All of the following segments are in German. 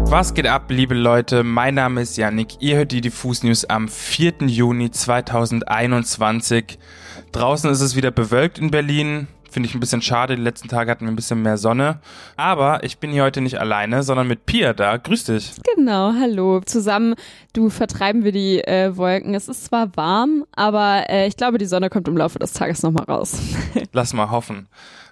Was geht ab, liebe Leute? Mein Name ist Yannick. Ihr hört die Diffus News am 4. Juni 2021. Draußen ist es wieder bewölkt in Berlin. Finde ich ein bisschen schade. Die letzten Tage hatten wir ein bisschen mehr Sonne. Aber ich bin hier heute nicht alleine, sondern mit Pia da. Grüß dich. Genau, hallo. Zusammen, vertreiben wir die Wolken. Es ist zwar warm, aber ich glaube, die Sonne kommt im Laufe des Tages nochmal raus. Lass mal hoffen.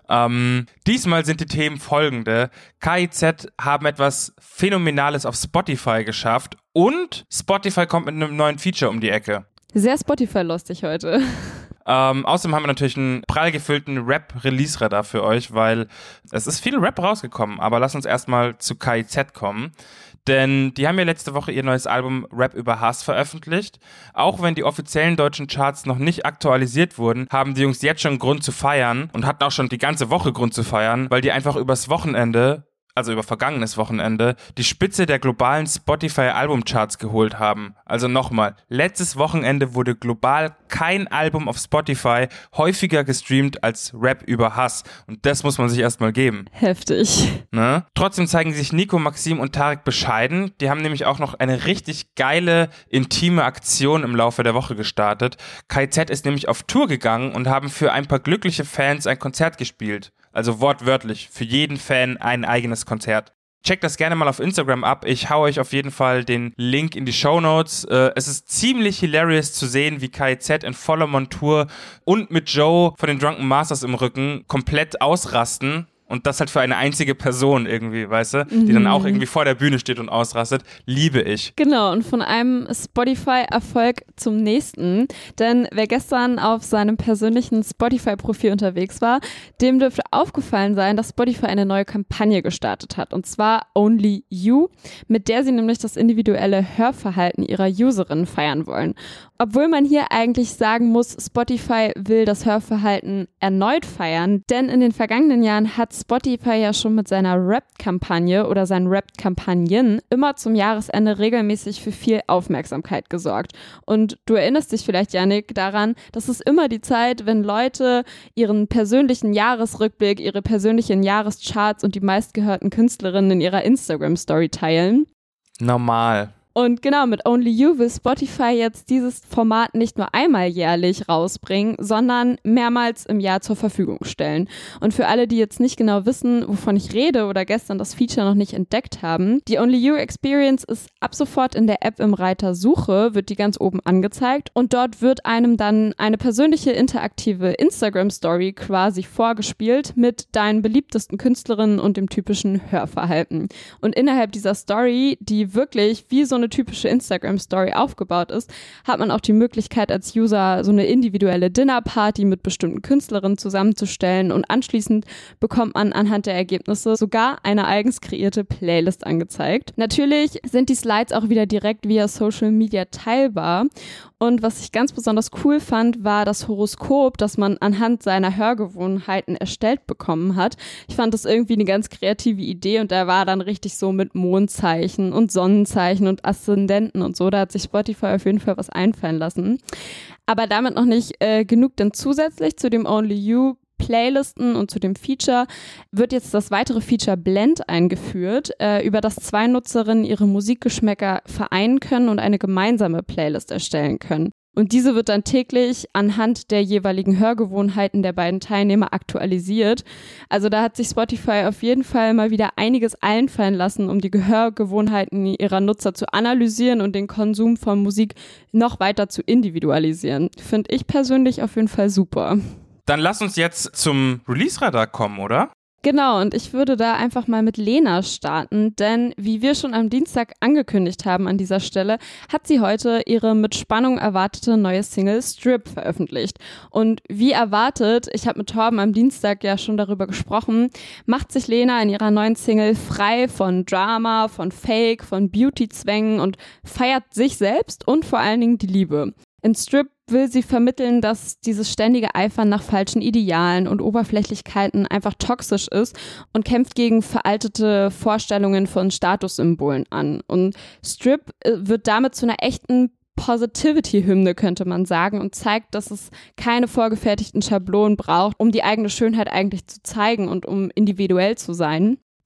Diesmal sind die Themen folgende. KIZ haben etwas Phänomenales auf Spotify geschafft und Spotify kommt mit einem neuen Feature um die Ecke. Sehr Spotify-lustig heute. Außerdem haben wir natürlich einen prall gefüllten Rap-Release-Radar für euch, weil es ist viel Rap rausgekommen, aber lass uns erstmal zu KIZ kommen. Denn die haben ja letzte Woche ihr neues Album Rap über Hass veröffentlicht. Auch wenn die offiziellen deutschen Charts noch nicht aktualisiert wurden, haben die Jungs jetzt schon Grund zu feiern und hatten auch schon die ganze Woche Grund zu feiern, weil die einfach übers Wochenende, also über vergangenes Wochenende, die Spitze der globalen Spotify-Albumcharts geholt haben. Also nochmal, letztes Wochenende wurde global kein Album auf Spotify häufiger gestreamt als Rap über Hass. Und das muss man sich erstmal geben. Heftig. Ne? Trotzdem zeigen sich Nico, Maxim und Tarek bescheiden. Die haben nämlich auch noch eine richtig geile, intime Aktion im Laufe der Woche gestartet. KIZ ist nämlich auf Tour gegangen und haben für ein paar glückliche Fans ein Konzert gespielt. Also wortwörtlich, für jeden Fan ein eigenes Konzert. Checkt das gerne mal auf Instagram ab. Ich hau euch auf jeden Fall den Link in die Shownotes. Es ist ziemlich hilarious zu sehen, wie KIZ in voller Montur und mit Joe von den Drunken Masters im Rücken komplett ausrasten. Und das halt für eine einzige Person irgendwie, weißt du? Die dann auch irgendwie vor der Bühne steht und ausrastet. Liebe ich. Genau, und von einem Spotify-Erfolg zum nächsten. Denn wer gestern auf seinem persönlichen Spotify-Profil unterwegs war, dem dürfte aufgefallen sein, dass Spotify eine neue Kampagne gestartet hat. Und zwar Only You, mit der sie nämlich das individuelle Hörverhalten ihrer Userinnen feiern wollen. Obwohl man hier eigentlich sagen muss, Spotify will das Hörverhalten erneut feiern, denn in den vergangenen Jahren hat Spotify ja schon mit seiner Wrapped-Kampagne oder seinen Wrapped-Kampagnen immer zum Jahresende regelmäßig für viel Aufmerksamkeit gesorgt. Und du erinnerst dich vielleicht, Yannick, daran, dass es immer die Zeit, wenn Leute ihren persönlichen Jahresrückblick, ihre persönlichen Jahrescharts und die meistgehörten Künstlerinnen in ihrer Instagram-Story teilen. Normal. Und genau, mit Only You will Spotify jetzt dieses Format nicht nur einmal jährlich rausbringen, sondern mehrmals im Jahr zur Verfügung stellen. Und für alle, die jetzt nicht genau wissen, wovon ich rede oder gestern das Feature noch nicht entdeckt haben, die Only You Experience ist ab sofort in der App im Reiter Suche, wird die ganz oben angezeigt und dort wird einem dann eine persönliche interaktive Instagram-Story quasi vorgespielt mit deinen beliebtesten Künstlerinnen und dem typischen Hörverhalten. Und innerhalb dieser Story, die wirklich wie so eine typische Instagram-Story aufgebaut ist, hat man auch die Möglichkeit als User so eine individuelle Dinnerparty mit bestimmten Künstlerinnen zusammenzustellen und anschließend bekommt man anhand der Ergebnisse sogar eine eigens kreierte Playlist angezeigt. Natürlich sind die Slides auch wieder direkt via Social Media teilbar und was ich ganz besonders cool fand, war das Horoskop, das man anhand seiner Hörgewohnheiten erstellt bekommen hat. Ich fand das irgendwie eine ganz kreative Idee und da war dann richtig so mit Mondzeichen und Sonnenzeichen und Aszendenten und so. Da hat sich Spotify auf jeden Fall was einfallen lassen. Aber damit noch nicht genug, denn zusätzlich zu dem Only You Playlisten und zu dem Feature wird jetzt das weitere Feature Blend eingeführt, über das zwei Nutzerinnen ihre Musikgeschmäcker vereinen können und eine gemeinsame Playlist erstellen können. Und diese wird dann täglich anhand der jeweiligen Hörgewohnheiten der beiden Teilnehmer aktualisiert. Also da hat sich Spotify auf jeden Fall mal wieder einiges einfallen lassen, um die Hörgewohnheiten ihrer Nutzer zu analysieren und den Konsum von Musik noch weiter zu individualisieren. Finde ich persönlich auf jeden Fall super. Dann lass uns jetzt zum Release-Radar kommen, oder? Genau, und ich würde da einfach mal mit Lena starten, denn wie wir schon am Dienstag angekündigt haben an dieser Stelle, hat sie heute ihre mit Spannung erwartete neue Single Strip veröffentlicht. Und wie erwartet, ich habe mit Torben am Dienstag ja schon darüber gesprochen, macht sich Lena in ihrer neuen Single frei von Drama, von Fake, von Beauty-Zwängen und feiert sich selbst und vor allen Dingen die Liebe. In Strip will sie vermitteln, dass dieses ständige Eifern nach falschen Idealen und Oberflächlichkeiten einfach toxisch ist und kämpft gegen veraltete Vorstellungen von Statussymbolen an. Und Strip wird damit zu einer echten Positivity-Hymne, könnte man sagen, und zeigt, dass es keine vorgefertigten Schablonen braucht, um die eigene Schönheit eigentlich zu zeigen und um individuell zu sein.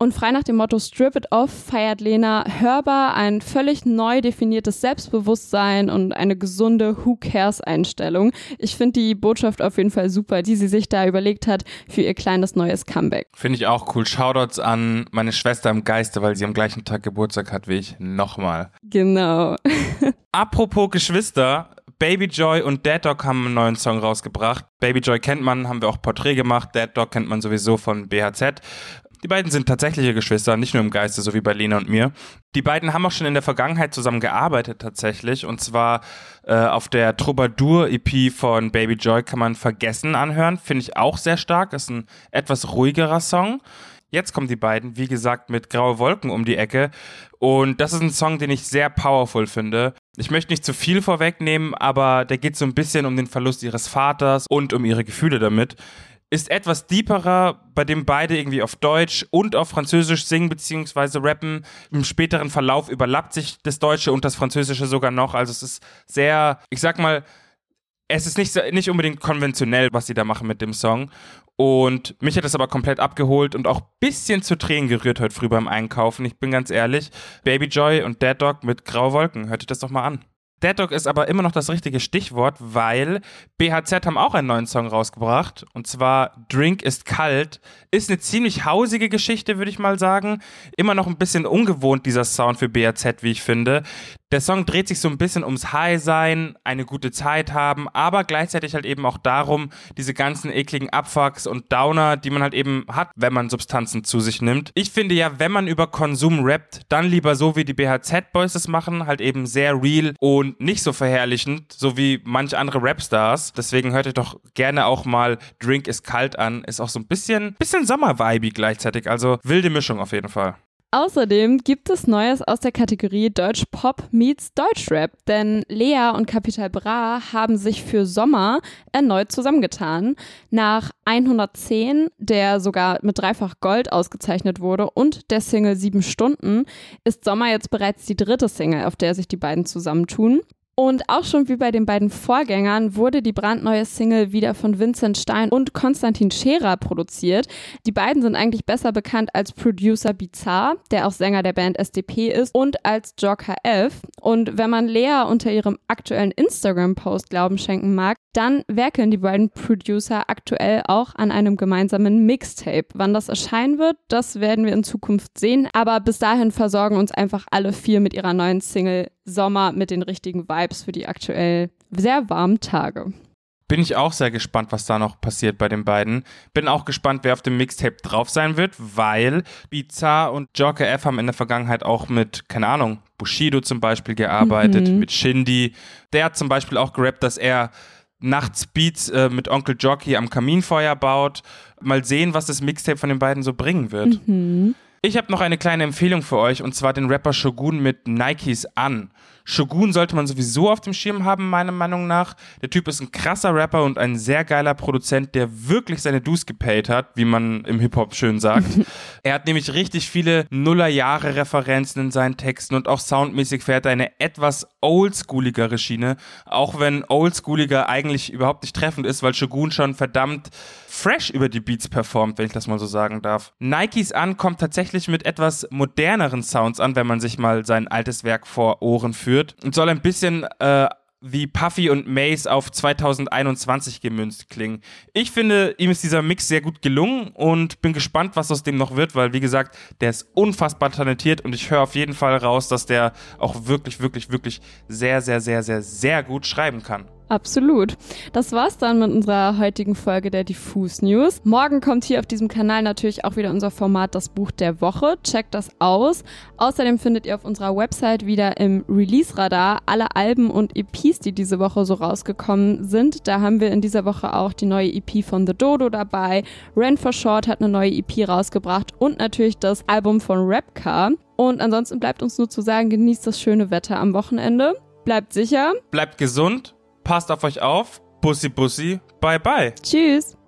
Und frei nach dem Motto Strip It Off feiert Lena hörbar ein völlig neu definiertes Selbstbewusstsein und eine gesunde Who-Cares-Einstellung. Ich finde die Botschaft auf jeden Fall super, die sie sich da überlegt hat für ihr kleines neues Comeback. Finde ich auch cool. Shoutouts an meine Schwester im Geiste, weil sie am gleichen Tag Geburtstag hat wie ich. Nochmal. Genau. Apropos Geschwister, Baby Joy und Dead Dog haben einen neuen Song rausgebracht. Baby Joy kennt man, haben wir auch Porträt gemacht. Dead Dog kennt man sowieso von BHZ. Die beiden sind tatsächliche Geschwister, nicht nur im Geiste, so wie bei Lena und mir. Die beiden haben auch schon in der Vergangenheit zusammen gearbeitet tatsächlich. Und zwar auf der Troubadour-EP von Baby Joy kann man Vergessen anhören. Finde ich auch sehr stark. Ist ein etwas ruhigerer Song. Jetzt kommen die beiden, wie gesagt, mit Graue Wolken um die Ecke. Und das ist ein Song, den ich sehr powerful finde. Ich möchte nicht zu viel vorwegnehmen, aber der geht so ein bisschen um den Verlust ihres Vaters und um ihre Gefühle damit. Ist etwas deeperer, bei dem beide irgendwie auf Deutsch und auf Französisch singen bzw. rappen. Im späteren Verlauf überlappt sich das Deutsche und das Französische sogar noch. Also es ist sehr, ich sag mal, es ist nicht unbedingt konventionell, was sie da machen mit dem Song. Und mich hat das aber komplett abgeholt und auch ein bisschen zu Tränen gerührt heute früh beim Einkaufen. Ich bin ganz ehrlich, Baby Joy und Dead Dog mit Graue Wolken. Hört euch das doch mal an. Dead Dog ist aber immer noch das richtige Stichwort, weil BHZ haben auch einen neuen Song rausgebracht. Und zwar Drink ist kalt. Ist eine ziemlich hausige Geschichte, würde ich mal sagen. Immer noch ein bisschen ungewohnt, dieser Sound für BHZ, wie ich finde. Der Song dreht sich so ein bisschen ums High-Sein, eine gute Zeit haben, aber gleichzeitig halt eben auch darum, diese ganzen ekligen Abfucks und Downer, die man halt eben hat, wenn man Substanzen zu sich nimmt. Ich finde ja, wenn man über Konsum rappt, dann lieber so, wie die BHZ-Boys es machen, halt eben sehr real und nicht so verherrlichend, so wie manche andere Rapstars. Deswegen hört ihr doch gerne auch mal Drink ist kalt an. Ist auch so ein bisschen Sommer-Vibey gleichzeitig, also wilde Mischung auf jeden Fall. Außerdem gibt es Neues aus der Kategorie Deutsch-Pop meets Deutschrap, denn Lea und Capital Bra haben sich für Sommer erneut zusammengetan. Nach 110, der sogar mit dreifach Gold ausgezeichnet wurde, und der Single 7 Stunden, ist Sommer jetzt bereits die dritte Single, auf der sich die beiden zusammentun. Und auch schon wie bei den beiden Vorgängern wurde die brandneue Single wieder von Vincent Stein und Konstantin Scherer produziert. Die beiden sind eigentlich besser bekannt als Producer Bizarre, der auch Sänger der Band SDP ist, und als Joker F. Und wenn man Lea unter ihrem aktuellen Instagram-Post Glauben schenken mag, dann werkeln die beiden Producer aktuell auch an einem gemeinsamen Mixtape. Wann das erscheinen wird, das werden wir in Zukunft sehen. Aber bis dahin versorgen uns einfach alle vier mit ihrer neuen Single Sommer mit den richtigen Vibes für die aktuell sehr warmen Tage. Bin ich auch sehr gespannt, was da noch passiert bei den beiden. Bin auch gespannt, wer auf dem Mixtape drauf sein wird, weil Bizarre und Joker F haben in der Vergangenheit auch mit, keine Ahnung, Bushido zum Beispiel gearbeitet, mit Shindy. Der hat zum Beispiel auch gerappt, dass er nachts Beats mit Onkel Jockey am Kaminfeuer baut. Mal sehen, was das Mixtape von den beiden so bringen wird. Ich habe noch eine kleine Empfehlung für euch, und zwar den Rapper Shogun mit Nikes an. Shogun sollte man sowieso auf dem Schirm haben, meiner Meinung nach. Der Typ ist ein krasser Rapper und ein sehr geiler Produzent, der wirklich seine Dues gepaid hat, wie man im Hip-Hop schön sagt. Er hat nämlich richtig viele Nullerjahre-Referenzen in seinen Texten und auch soundmäßig fährt er eine etwas oldschooligere Schiene, auch wenn oldschooliger eigentlich überhaupt nicht treffend ist, weil Shogun schon verdammt fresh über die Beats performt, wenn ich das mal so sagen darf. Nikes an kommt tatsächlich mit etwas moderneren Sounds an, wenn man sich mal sein altes Werk vor Ohren führt, und soll ein bisschen wie Puffy und Mace auf 2021 gemünzt klingen. Ich finde, ihm ist dieser Mix sehr gut gelungen und bin gespannt, was aus dem noch wird, weil, wie gesagt, der ist unfassbar talentiert und ich höre auf jeden Fall raus, dass der auch wirklich, wirklich, wirklich sehr, sehr, sehr, sehr, sehr gut schreiben kann. Absolut. Das war's dann mit unserer heutigen Folge der Diffus News. Morgen kommt hier auf diesem Kanal natürlich auch wieder unser Format Das Buch der Woche. Checkt das aus. Außerdem findet ihr auf unserer Website wieder im Release-Radar alle Alben und EPs, die diese Woche so rausgekommen sind. Da haben wir in dieser Woche auch die neue EP von The Dodo dabei. Ren for Short hat eine neue EP rausgebracht und natürlich das Album von Rapcar. Und ansonsten bleibt uns nur zu sagen, genießt das schöne Wetter am Wochenende. Bleibt sicher. Bleibt gesund. Passt auf euch auf. Bussi, bussi. Bye, bye. Tschüss.